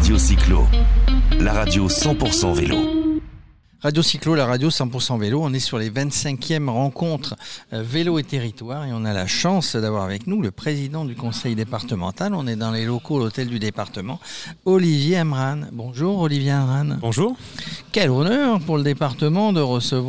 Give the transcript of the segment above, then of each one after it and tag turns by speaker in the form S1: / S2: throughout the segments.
S1: Radio Cyclo, la radio 100% vélo.
S2: Radio Cyclo, la radio 100% vélo, on est sur les 25e rencontres vélo et territoire et on a la chance d'avoir avec nous le président du conseil départemental. On est dans les locaux de l'hôtel du département, Olivier Amran. Bonjour Olivier Amran.
S3: Bonjour.
S2: Quel honneur pour le département de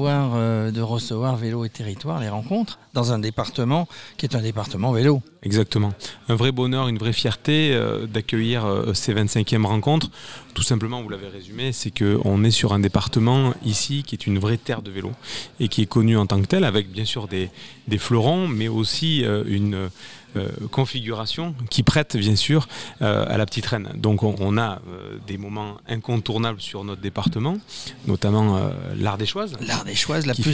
S2: recevoir vélo et territoire, les rencontres, dans un département qui est un département vélo.
S3: Exactement. Un vrai bonheur, une vraie fierté d'accueillir ces 25e rencontres. Tout simplement, vous l'avez résumé, c'est qu'on est sur un département ici qui est une vraie terre de vélo et qui est connu en tant que tel, avec bien sûr des fleurons, mais aussi une configuration qui prête bien sûr à la petite reine. Donc on a des moments incontournables sur notre département, notamment l'Ardéchoise.
S2: L'Ardéchoise, la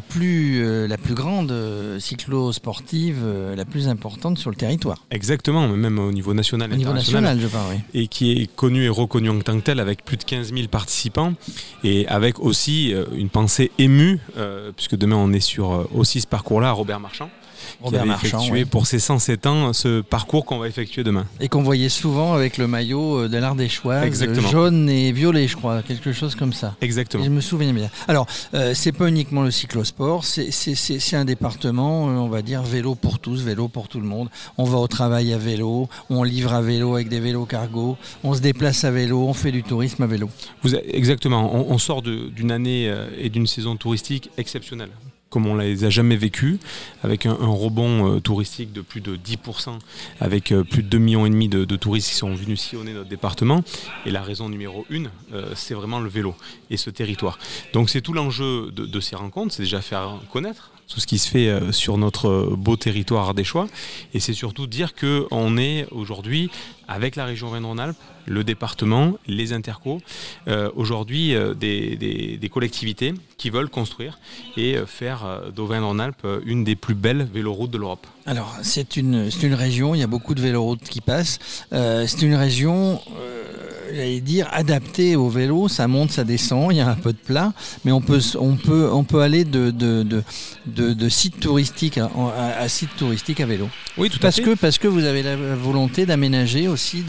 S2: plus grande cyclo-sportive, la plus importante sur le territoire.
S3: Exactement, même au niveau national et
S2: international. Je parle, oui.
S3: Et qui est connue et reconnue en tant que telle, avec plus de 15 000 participants et avec aussi une pensée émue, puisque demain on est sur aussi ce parcours-là à Robert Marchand. Qui avait effectué pour ses 107 ans ce parcours qu'on va effectuer demain.
S2: Et qu'on voyait souvent avec le maillot de l'Ardéchoise, jaune et violet, je crois, quelque chose comme ça.
S3: Exactement.
S2: Et je me souviens bien. Alors, c'est pas uniquement le cyclosport, c'est un département, on va dire, vélo pour tous, vélo pour tout le monde. On va au travail à vélo, on livre à vélo avec des vélos cargo, on se déplace à vélo, on fait du tourisme à vélo.
S3: Exactement. On sort d'une année et d'une saison touristique exceptionnelle, comme on ne les a jamais vécus, avec un rebond touristique de plus de 10%, avec plus de 2,5 millions de touristes qui sont venus sillonner notre département. Et la raison numéro 1, c'est vraiment le vélo et ce territoire. Donc c'est tout l'enjeu de ces rencontres, c'est déjà faire connaître tout ce qui se fait sur notre beau territoire ardéchois. Et c'est surtout dire qu'on est aujourd'hui, avec la région Auvergne-Rhône-Alpes, le département, les intercos, aujourd'hui des collectivités qui veulent construire et faire d'Auvergne-Rhône-Alpes une des plus belles véloroutes de l'Europe.
S2: Alors c'est une région, il y a beaucoup de véloroutes qui passent. C'est une région, j'allais dire, adaptée au vélo, ça monte, ça descend, il y a un peu de plat, mais on peut aller de site touristique à site touristique à vélo.
S3: Oui, tout à fait.
S2: Parce que vous avez la volonté d'aménager aussi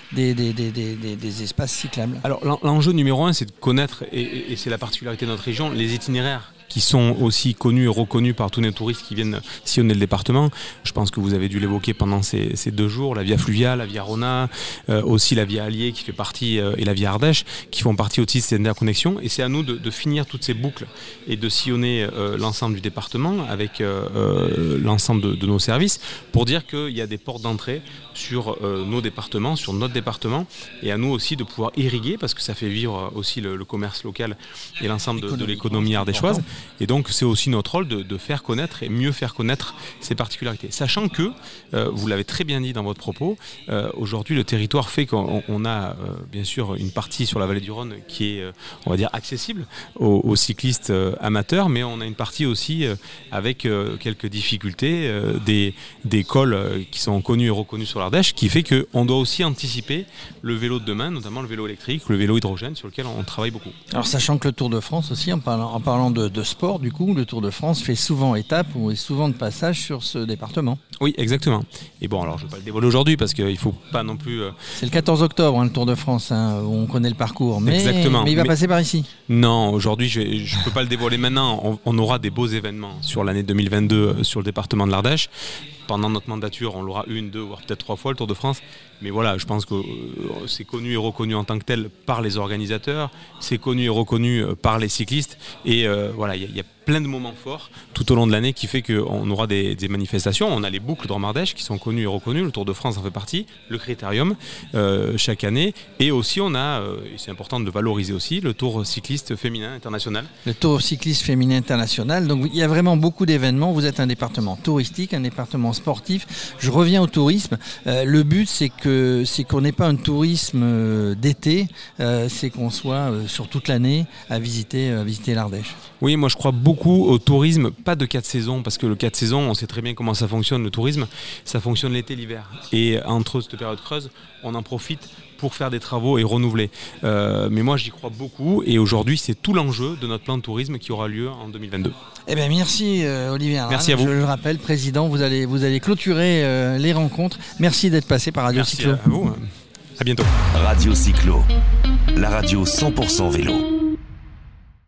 S2: des espaces cyclables.
S3: Alors l'enjeu numéro 1, c'est de connaître, et c'est la particularité de notre région, les itinéraires qui sont aussi connus et reconnus par tous les touristes qui viennent sillonner le département. Je pense que vous avez dû l'évoquer pendant ces 2 jours, la Via Fluviale, la Via Rona, aussi la Via Allier qui fait partie, et la Via Ardèche, qui font partie aussi de cette interconnexion. Et c'est à nous de finir toutes ces boucles et de sillonner l'ensemble du département avec l'ensemble de nos services pour dire qu'il y a des portes d'entrée sur nos départements, sur notre département, et à nous aussi de pouvoir irriguer, parce que ça fait vivre aussi le commerce local et l'ensemble de l'économie ardéchoise. Et donc c'est aussi notre rôle de faire connaître et mieux faire connaître ces particularités. Sachant que, vous l'avez très bien dit dans votre propos, aujourd'hui le territoire fait qu'on a bien sûr une partie sur la vallée du Rhône qui est, on va dire, accessible aux cyclistes amateurs, mais on a une partie aussi avec quelques difficultés, des cols qui sont connus et reconnus sur l'Ardèche, qui fait qu'on doit aussi anticiper le vélo de demain, notamment le vélo électrique, le vélo hydrogène, sur lequel on travaille beaucoup.
S2: Alors sachant que le Tour de France aussi, en parlant de sport, du coup, le Tour de France fait souvent étape ou est souvent de passage sur ce département.
S3: Oui, exactement. Et bon, alors je ne vais pas le dévoiler aujourd'hui parce qu'il ne faut pas non plus...
S2: C'est le 14 octobre, le Tour de France, où on connaît le parcours.
S3: Exactement.
S2: Mais il va passer par ici.
S3: Non, aujourd'hui, je ne peux pas le dévoiler maintenant. On aura des beaux événements sur l'année 2022 sur le département de l'Ardèche. Pendant notre mandature, on l'aura 1, 2, voire peut-être 3 fois le Tour de France. Mais voilà, je pense que c'est connu et reconnu en tant que tel par les organisateurs, c'est connu et reconnu par les cyclistes. Et voilà, il y a plein de moments forts tout au long de l'année qui fait qu'on aura des manifestations. On a les boucles de Drôme-Ardèche qui sont connues et reconnues. Le Tour de France en fait partie, le Critérium chaque année. Et aussi, on a, et c'est important de le valoriser aussi, le Tour cycliste féminin international.
S2: Le Tour cycliste féminin international. Donc il y a vraiment beaucoup d'événements. Vous êtes un département touristique, un département sportif. Je reviens au tourisme. Le but, c'est qu'on n'ait pas un tourisme d'été, c'est qu'on soit sur toute l'année à visiter l'Ardèche.
S3: Oui, moi je crois beaucoup au tourisme, pas de 4 saisons, parce que le 4 saisons, on sait très bien comment ça fonctionne, le tourisme, ça fonctionne l'été, l'hiver. Et entre cette période creuse, on en profite pour faire des travaux et renouveler. Mais moi j'y crois beaucoup, et aujourd'hui c'est tout l'enjeu de notre plan de tourisme qui aura lieu en 2022.
S2: Eh bien, merci Olivier Amran.
S3: Merci à vous.
S2: Je le rappelle, président, vous allez clôturer les rencontres. Merci d'être passé par Radio Cyclo.
S3: Merci à vous. À bientôt.
S1: Radio Cyclo, la radio 100% vélo.